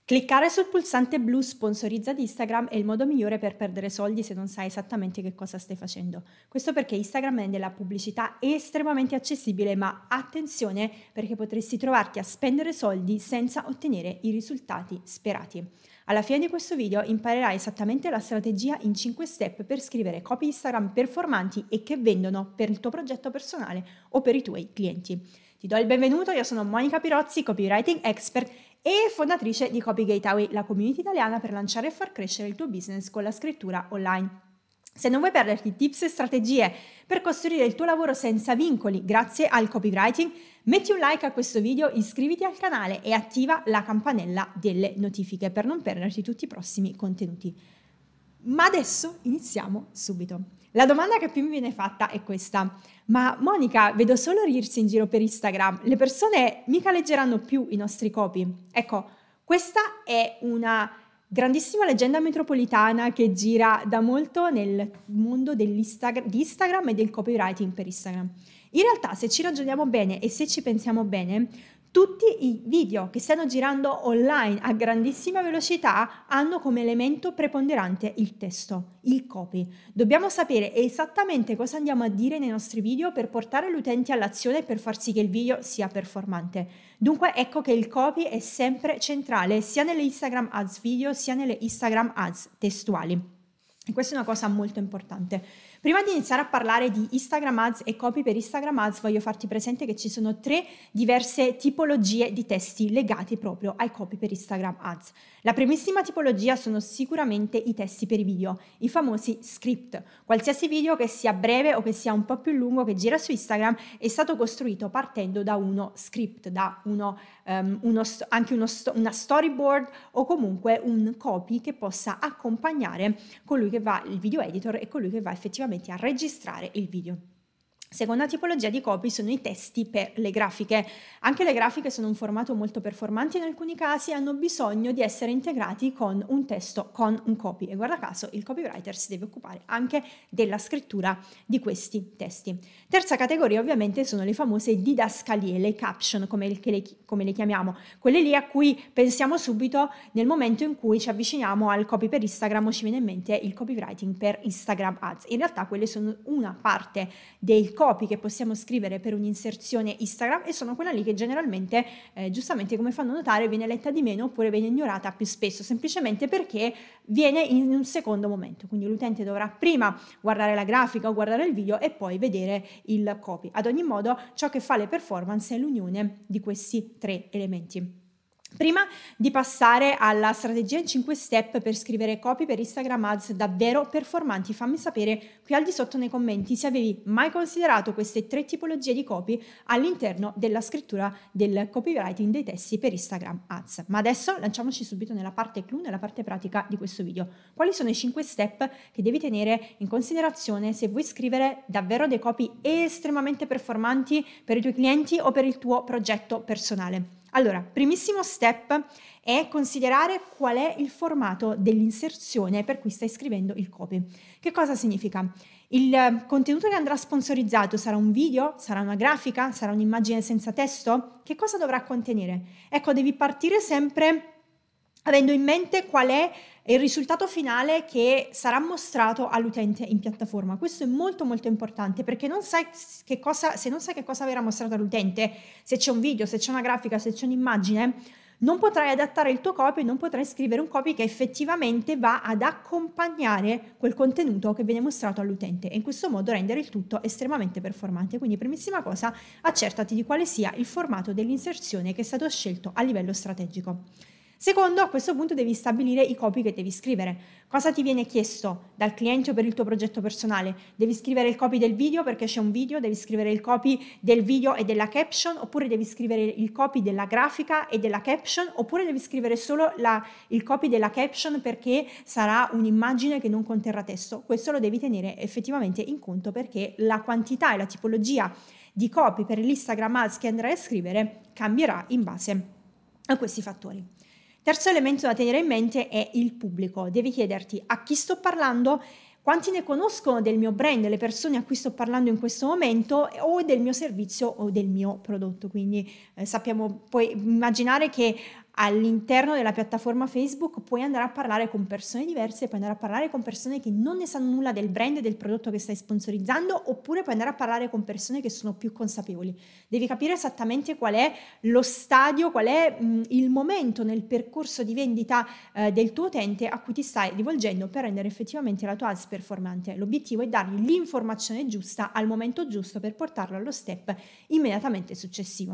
Cliccare sul pulsante blu sponsorizza di Instagram è il modo migliore per perdere soldi se non sai esattamente che cosa stai facendo. Questo perché Instagram rende la pubblicità estremamente accessibile, ma attenzione perché potresti trovarti a spendere soldi senza ottenere i risultati sperati. Alla fine di questo video imparerai esattamente la strategia in 5 step per scrivere copy Instagram performanti e che vendono per il tuo progetto personale o per i tuoi clienti. Ti do il benvenuto, io sono Monica Pirozzi, copywriting expert e fondatrice di Copy Gateway, la community italiana per lanciare e far crescere il tuo business con la scrittura online. Se non vuoi perderti tips e strategie per costruire il tuo lavoro senza vincoli grazie al copywriting, metti un like a questo video, iscriviti al canale e attiva la campanella delle notifiche per non perderti tutti i prossimi contenuti. Ma adesso iniziamo subito. La domanda che più mi viene fatta è questa: ma Monica, vedo solo reels in giro per Instagram, le persone mica leggeranno più i nostri copy? Ecco, questa è una grandissima leggenda metropolitana che gira da molto nel mondo di Instagram e del copywriting per Instagram. In realtà, se ci ragioniamo bene e se ci pensiamo bene, tutti i video che stanno girando online a grandissima velocità hanno come elemento preponderante il testo, il copy. Dobbiamo sapere esattamente cosa andiamo a dire nei nostri video per portare gli utenti all'azione e per far sì che il video sia performante. Dunque ecco che il copy è sempre centrale sia nelle Instagram Ads video sia nelle Instagram Ads testuali. E questa è una cosa molto importante. Prima di iniziare a parlare di Instagram Ads e copy per Instagram Ads, voglio farti presente che ci sono 3 diverse tipologie di testi legati proprio ai copy per Instagram Ads. La primissima tipologia sono sicuramente i testi per i video, i famosi script. Qualsiasi video che sia breve o che sia un po' più lungo che gira su Instagram è stato costruito partendo da uno script, da una storyboard o comunque un copy che possa accompagnare colui che va, il video editor e colui che va effettivamente a registrare il video. Seconda tipologia di copy sono i testi per le grafiche. Anche le grafiche sono un formato molto performante e in alcuni casi hanno bisogno di essere integrati con un testo, con un copy. E guarda caso il copywriter si deve occupare anche della scrittura di questi testi. Terza categoria ovviamente sono le famose didascalie, le caption come le chiamiamo, quelle lì a cui pensiamo subito nel momento in cui ci avviciniamo al copy per Instagram o ci viene in mente il copywriting per Instagram Ads. In realtà quelle sono una parte del copy che possiamo scrivere per un'inserzione Instagram e sono quella lì che generalmente, giustamente come fanno notare, viene letta di meno oppure viene ignorata più spesso, semplicemente perché viene in un secondo momento. Quindi l'utente dovrà prima guardare la grafica o guardare il video e poi vedere il copy. Ad ogni modo, ciò che fa le performance è l'unione di questi 3 elementi. Prima di passare alla strategia in 5 step per scrivere copy per Instagram Ads davvero performanti, fammi sapere qui al di sotto nei commenti se avevi mai considerato queste 3 tipologie di copy all'interno della scrittura del copywriting dei testi per Instagram Ads. Ma adesso lanciamoci subito nella parte clou, nella parte pratica di questo video. Quali sono i 5 step che devi tenere in considerazione se vuoi scrivere davvero dei copy estremamente performanti per i tuoi clienti o per il tuo progetto personale? Allora, primissimo step è considerare qual è il formato dell'inserzione per cui stai scrivendo il copy. Che cosa significa? Il contenuto che andrà sponsorizzato sarà un video, sarà una grafica, sarà un'immagine senza testo? Che cosa dovrà contenere? Ecco, devi partire sempre avendo in mente qual è il risultato finale che sarà mostrato all'utente in piattaforma. Questo è molto molto importante perché se non sai che cosa verrà mostrato all'utente, se c'è un video, se c'è una grafica, se c'è un'immagine, non potrai adattare il tuo copy, non potrai scrivere un copy che effettivamente va ad accompagnare quel contenuto che viene mostrato all'utente e in questo modo rendere il tutto estremamente performante. Quindi primissima cosa, accertati di quale sia il formato dell'inserzione che è stato scelto a livello strategico. Secondo, a questo punto devi stabilire i copy che devi scrivere. Cosa ti viene chiesto dal cliente o per il tuo progetto personale? Devi scrivere il copy del video perché c'è un video, devi scrivere il copy del video e della caption, oppure devi scrivere il copy della grafica e della caption, oppure devi scrivere solo il copy della caption perché sarà un'immagine che non conterrà testo. Questo lo devi tenere effettivamente in conto perché la quantità e la tipologia di copy per l'Instagram Ads che andrai a scrivere cambierà in base a questi fattori. Terzo elemento da tenere in mente è il pubblico. Devi chiederti a chi sto parlando, quanti ne conoscono del mio brand, le persone a cui sto parlando in questo momento o del mio servizio o del mio prodotto. Quindi puoi immaginare che all'interno della piattaforma Facebook puoi andare a parlare con persone diverse, puoi andare a parlare con persone che non ne sanno nulla del brand e del prodotto che stai sponsorizzando, oppure puoi andare a parlare con persone che sono più consapevoli. Devi capire esattamente qual è lo stadio, qual è il momento nel percorso di vendita del tuo utente a cui ti stai rivolgendo per rendere effettivamente la tua ads performante. L'obiettivo è dargli l'informazione giusta al momento giusto per portarlo allo step immediatamente successivo.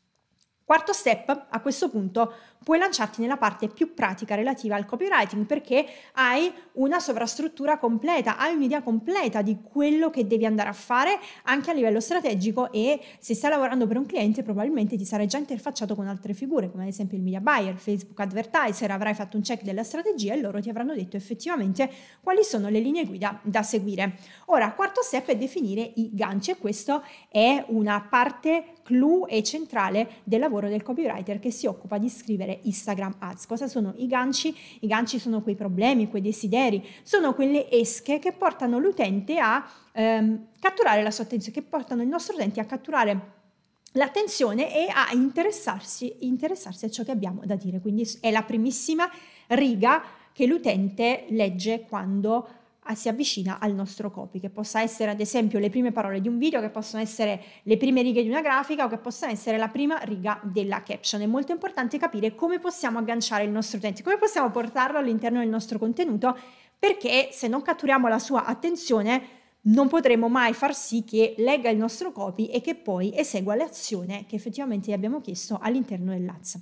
Quarto step, a questo punto puoi lanciarti nella parte più pratica relativa al copywriting, perché hai una sovrastruttura completa, hai un'idea completa di quello che devi andare a fare anche a livello strategico, e se stai lavorando per un cliente probabilmente ti sarai già interfacciato con altre figure come ad esempio il media buyer, Facebook advertiser, avrai fatto un check della strategia e loro ti avranno detto effettivamente quali sono le linee guida da seguire. Ora, quarto step è definire i ganci, e questo è una parte clou e centrale del lavoro del copywriter che si occupa di scrivere Instagram ads. Cosa sono i ganci? I ganci sono quei problemi, quei desideri, sono quelle esche che portano l'utente a catturare la sua attenzione, che portano il nostro utente a catturare l'attenzione e a interessarsi a ciò che abbiamo da dire. Quindi è la primissima riga che l'utente legge quando si avvicina al nostro copy, che possa essere ad esempio le prime parole di un video, che possono essere le prime righe di una grafica o che possa essere la prima riga della caption. È molto importante capire come possiamo agganciare il nostro utente, come possiamo portarlo all'interno del nostro contenuto, perché se non catturiamo la sua attenzione non potremo mai far sì che legga il nostro copy e che poi esegua l'azione che effettivamente gli abbiamo chiesto all'interno dell'ads.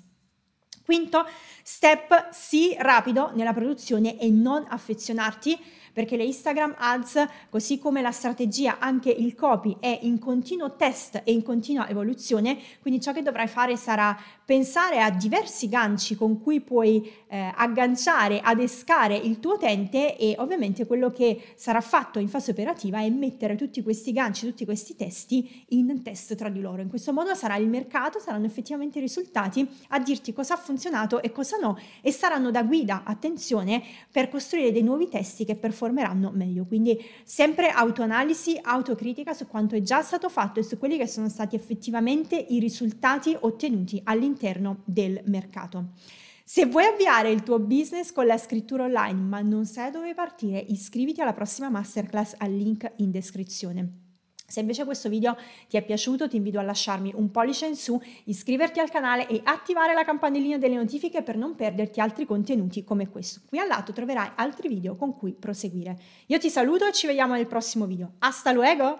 Quinto step, sii rapido nella produzione e non affezionarti, perché le Instagram ads, così come la strategia, anche il copy è in continuo test e in continua evoluzione, quindi ciò che dovrai fare sarà pensare a diversi ganci con cui puoi agganciare, adescare il tuo utente, e ovviamente quello che sarà fatto in fase operativa è mettere tutti questi ganci, tutti questi testi in test tra di loro. In questo modo sarà il mercato, saranno effettivamente i risultati a dirti cosa ha funzionato e cosa no, e saranno da guida, attenzione, per costruire dei nuovi testi che performeranno meglio. Quindi sempre autoanalisi, autocritica su quanto è già stato fatto e su quelli che sono stati effettivamente i risultati ottenuti all'interno del mercato. Se vuoi avviare il tuo business con la scrittura online ma non sai dove partire, iscriviti alla prossima masterclass al link in descrizione. Se invece questo video ti è piaciuto, ti invito a lasciarmi un pollice in su, iscriverti al canale e attivare la campanellina delle notifiche per non perderti altri contenuti come questo. Qui al lato troverai altri video con cui proseguire. Io ti saluto e ci vediamo nel prossimo video. Hasta luego!